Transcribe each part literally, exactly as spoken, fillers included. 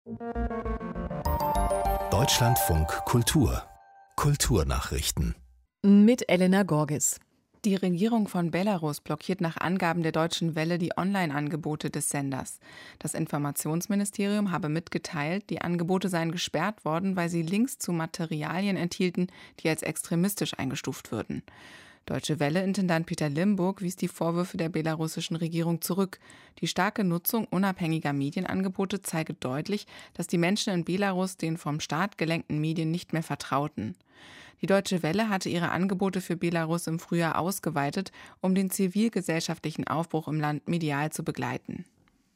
Deutschlandfunk Kultur Kulturnachrichten Mit Elena Gorgis. Die Regierung von Belarus blockiert nach Angaben der Deutschen Welle die Online-Angebote des Senders. Das Informationsministerium habe mitgeteilt, die Angebote seien gesperrt worden, weil sie Links zu Materialien enthielten, die als extremistisch eingestuft würden. Deutsche Welle-Intendant Peter Limburg wies die Vorwürfe der belarussischen Regierung zurück. Die starke Nutzung unabhängiger Medienangebote zeige deutlich, dass die Menschen in Belarus den vom Staat gelenkten Medien nicht mehr vertrauten. Die Deutsche Welle hatte ihre Angebote für Belarus im Frühjahr ausgeweitet, um den zivilgesellschaftlichen Aufbruch im Land medial zu begleiten.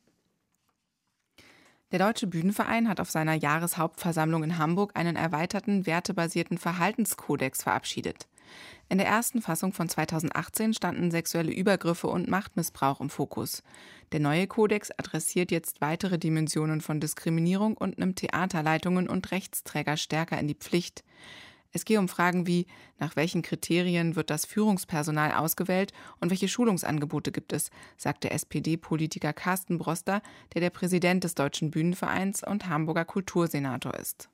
Der Deutsche Bühnenverein hat auf seiner Jahreshauptversammlung in Hamburg einen erweiterten, wertebasierten Verhaltenskodex verabschiedet. In der ersten Fassung von zweitausendachtzehn standen sexuelle Übergriffe und Machtmissbrauch im Fokus. Der neue Kodex adressiert jetzt weitere Dimensionen von Diskriminierung und nimmt Theaterleitungen und Rechtsträger stärker in die Pflicht. Es gehe um Fragen wie, nach welchen Kriterien wird das Führungspersonal ausgewählt und welche Schulungsangebote gibt es, sagte S P D-Politiker Carsten Broster, der der Präsident des Deutschen Bühnenvereins und Hamburger Kultursenator ist.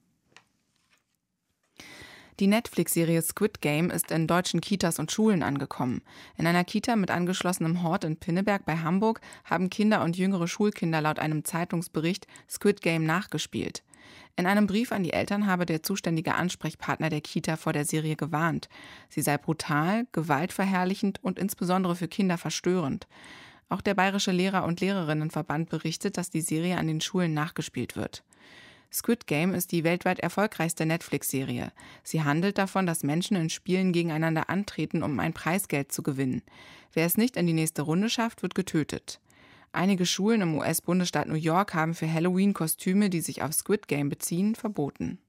Die Netflix-Serie Squid Game ist in deutschen Kitas und Schulen angekommen. In einer Kita mit angeschlossenem Hort in Pinneberg bei Hamburg haben Kinder und jüngere Schulkinder laut einem Zeitungsbericht Squid Game nachgespielt. In einem Brief an die Eltern habe der zuständige Ansprechpartner der Kita vor der Serie gewarnt. Sie sei brutal, gewaltverherrlichend und insbesondere für Kinder verstörend. Auch der Bayerische Lehrer- und Lehrerinnenverband berichtet, dass die Serie an den Schulen nachgespielt wird. Squid Game ist die weltweit erfolgreichste Netflix-Serie. Sie handelt davon, dass Menschen in Spielen gegeneinander antreten, um ein Preisgeld zu gewinnen. Wer es nicht in die nächste Runde schafft, wird getötet. Einige Schulen im U S-Bundesstaat New York haben für Halloween Kostüme, die sich auf Squid Game beziehen, verboten.